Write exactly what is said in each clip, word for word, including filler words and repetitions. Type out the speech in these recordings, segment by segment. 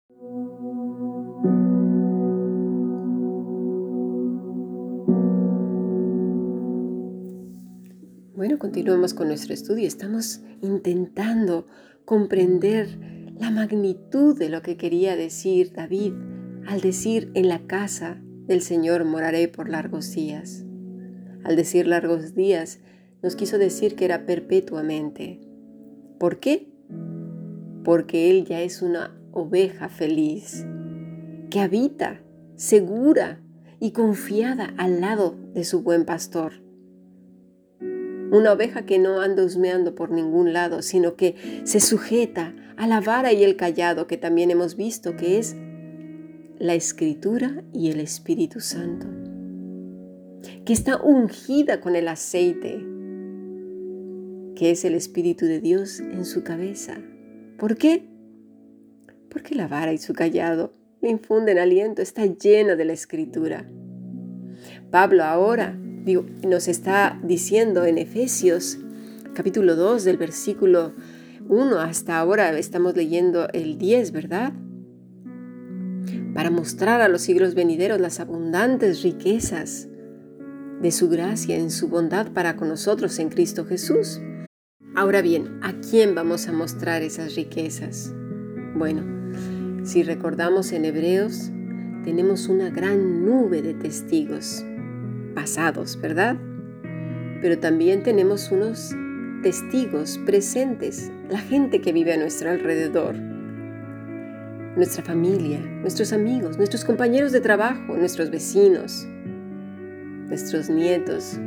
Bueno, continuamos con nuestro estudio. Estamos intentando comprender la magnitud de lo que quería decir David al decir en la casa del Señor moraré por largos días. Al decir largos días, nos quiso decir que era perpetuamente. ¿Por qué? Porque Él ya es una oveja feliz, que habita segura y confiada al lado de su buen pastor. Una oveja que no anda husmeando por ningún lado, sino que se sujeta a la vara y el cayado que también hemos visto que es la Escritura y el Espíritu Santo, que está ungida con el aceite, que es el Espíritu de Dios en su cabeza. ¿Por qué? Porque la vara y su cayado le infunden aliento, está llena de la Escritura. Pablo ahora digo, nos está diciendo en Efesios capítulo dos del versículo uno hasta ahora estamos leyendo el diez, ¿verdad? Para mostrar a los siglos venideros las abundantes riquezas de su gracia en su bondad para con nosotros en Cristo Jesús. Ahora bien, ¿a quién vamos a mostrar esas riquezas? Bueno, si recordamos en Hebreos, tenemos una gran nube de testigos pasados, ¿verdad? Pero también tenemos unos testigos presentes, la gente que vive a nuestro alrededor, nuestra familia, nuestros amigos, nuestros compañeros de trabajo, nuestros vecinos, nuestros nietos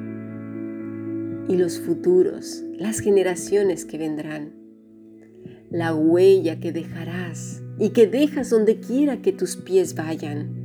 y los futuros, las generaciones que vendrán. La huella que dejarás y que dejas donde quiera que tus pies vayan.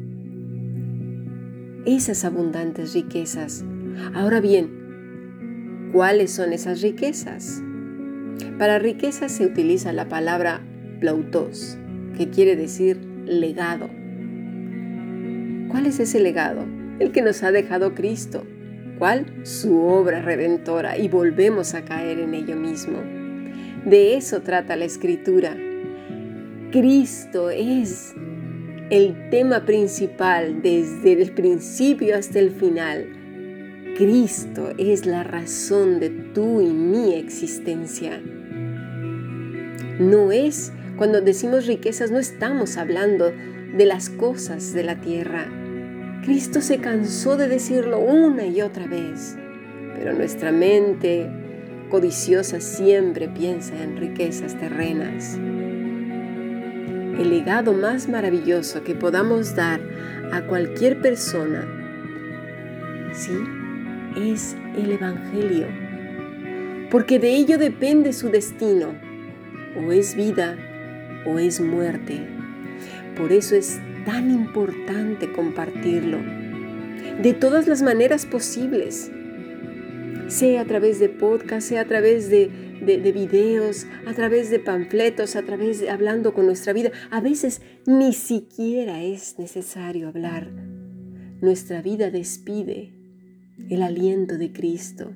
Esas abundantes riquezas. Ahora bien, ¿cuáles son esas riquezas? Para riquezas se utiliza la palabra plautos, que quiere decir legado. ¿Cuál es ese legado? El que nos ha dejado Cristo. ¿Cuál? Su obra redentora, y volvemos a caer en ello mismo. De eso trata la Escritura. Cristo es el tema principal desde el principio hasta el final. Cristo es la razón de tu y mi existencia. No es, cuando decimos riquezas, no estamos hablando de las cosas de la tierra. Cristo se cansó de decirlo una y otra vez, pero nuestra mente codiciosa siempre piensa en riquezas terrenas. El legado más maravilloso que podamos dar a cualquier persona, ¿sí?, es el Evangelio, porque de ello depende su destino, o es vida o es muerte. Por eso es tan importante compartirlo de todas las maneras posibles, sea a través de podcast, sea a través de, de, de videos, a través de panfletos, a través de hablando con nuestra vida. A veces ni siquiera es necesario hablar. Nuestra vida despide el aliento de Cristo.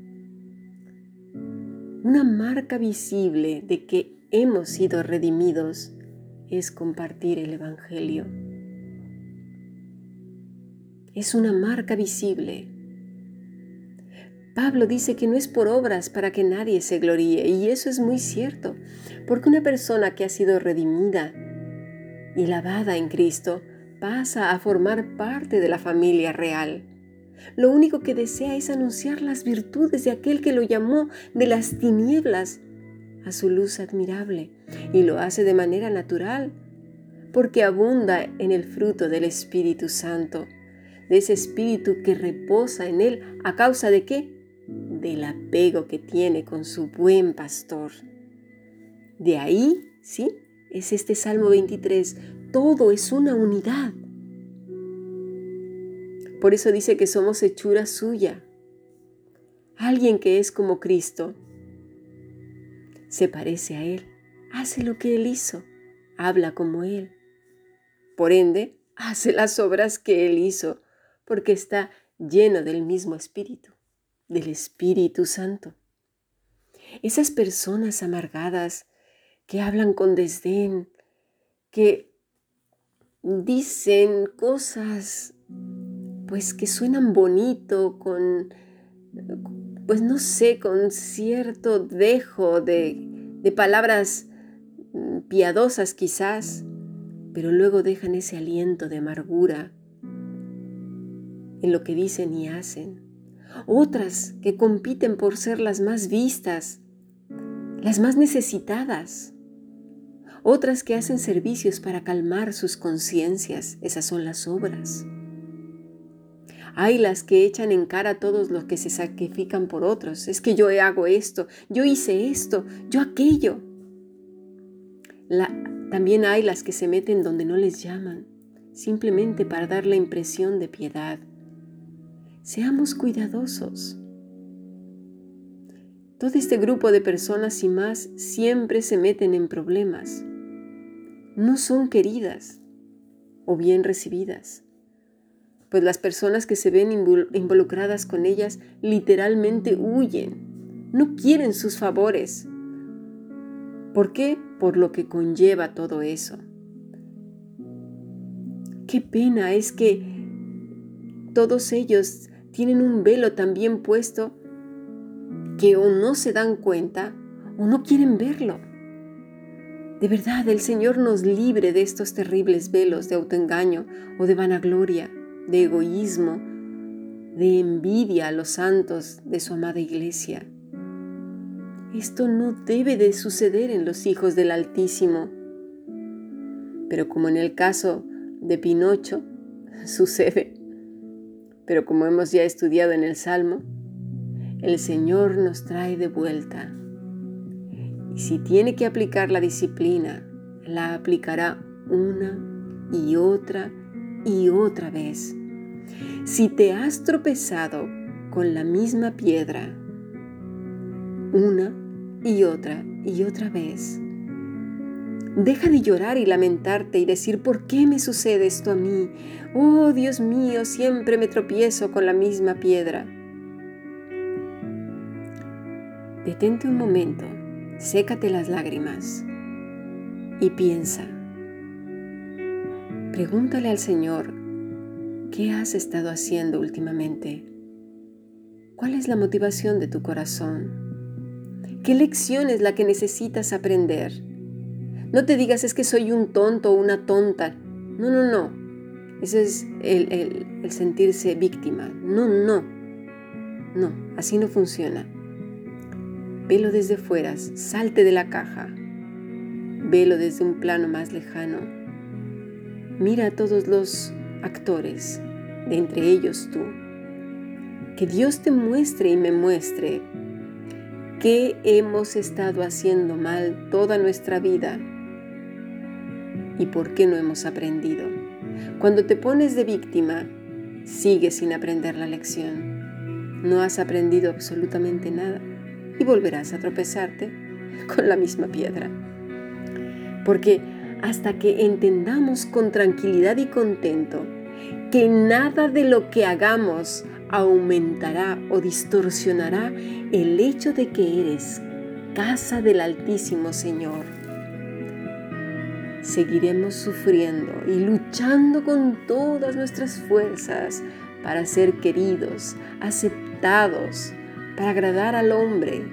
Una marca visible de que hemos sido redimidos es compartir el Evangelio. Es una marca visible. Pablo dice que no es por obras para que nadie se gloríe, y eso es muy cierto, porque una persona que ha sido redimida y lavada en Cristo pasa a formar parte de la familia real. Lo único que desea es anunciar las virtudes de aquel que lo llamó de las tinieblas a su luz admirable, y lo hace de manera natural, porque abunda en el fruto del Espíritu Santo, de ese Espíritu que reposa en él. ¿A causa de qué? Del apego que tiene con su buen pastor. De ahí, ¿sí?, es este Salmo veintitrés, todo es una unidad. Por eso dice que somos hechura suya. Alguien que es como Cristo se parece a Él, hace lo que Él hizo, habla como Él. Por ende, hace las obras que Él hizo, porque está lleno del mismo Espíritu, del Espíritu Santo. Esas personas amargadas que hablan con desdén, que dicen cosas pues que suenan bonito, con, pues no sé, con cierto dejo de, de palabras piadosas quizás, pero luego dejan ese aliento de amargura en lo que dicen y hacen. Otras que compiten por ser las más vistas, las más necesitadas. Otras que hacen servicios para calmar sus conciencias, esas son las obras. Hay las que echan en cara a todos los que se sacrifican por otros. Es que yo hago esto, yo hice esto, yo aquello. La, también hay las que se meten donde no les llaman, simplemente para dar la impresión de piedad. Seamos cuidadosos. Todo este grupo de personas y más siempre se meten en problemas. No son queridas o bien recibidas, pues las personas que se ven involucradas con ellas literalmente huyen, no quieren sus favores. ¿Por qué? Por lo que conlleva todo eso. Qué pena es que todos ellos tienen un velo tan bien puesto que o no se dan cuenta o no quieren verlo. De verdad, el Señor nos libre de estos terribles velos de autoengaño o de vanagloria, de egoísmo, de envidia a los santos de su amada iglesia. Esto no debe de suceder en los hijos del Altísimo. Pero como en el caso de Pinocho, sucede. Pero como hemos ya estudiado en el Salmo, el Señor nos trae de vuelta. Y si tiene que aplicar la disciplina, la aplicará una y otra y otra vez. Si te has tropezado con la misma piedra, una y otra y otra vez, deja de llorar y lamentarte y decir, ¿por qué me sucede esto a mí? Oh, Dios mío, siempre me tropiezo con la misma piedra. Detente un momento, sécate las lágrimas y piensa. Pregúntale al Señor, ¿qué has estado haciendo últimamente? ¿Cuál es la motivación de tu corazón? ¿Qué lección es la que necesitas aprender? No te digas, es que soy un tonto o una tonta. No, no, no. Ese es el, el, el sentirse víctima. No, no. No, así no funciona. Velo desde fuera, salte de la caja. Velo desde un plano más lejano. Mira a todos los actores, de entre ellos tú. Que Dios te muestre y me muestre qué hemos estado haciendo mal toda nuestra vida y por qué no hemos aprendido. Cuando te pones de víctima, sigues sin aprender la lección. No has aprendido absolutamente nada y volverás a tropezarte con la misma piedra. Porque hasta que entendamos con tranquilidad y contento que nada de lo que hagamos aumentará o distorsionará el hecho de que eres casa del Altísimo Señor, seguiremos sufriendo y luchando con todas nuestras fuerzas para ser queridos, aceptados, para agradar al hombre,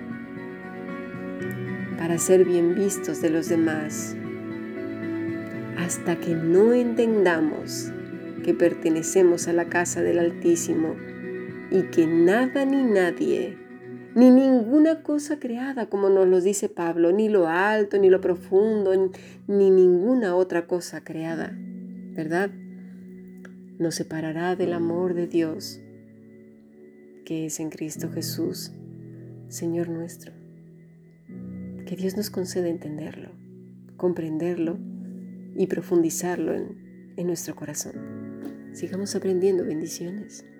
para ser bien vistos de los demás, hasta que no entendamos que pertenecemos a la casa del Altísimo y que nada ni nadie, ni ninguna cosa creada, como nos lo dice Pablo, ni lo alto, ni lo profundo, ni ninguna otra cosa creada, ¿verdad?, nos separará del amor de Dios, que es en Cristo Jesús, Señor nuestro. Que Dios nos conceda entenderlo, comprenderlo y profundizarlo en, en nuestro corazón. Sigamos aprendiendo. Bendiciones.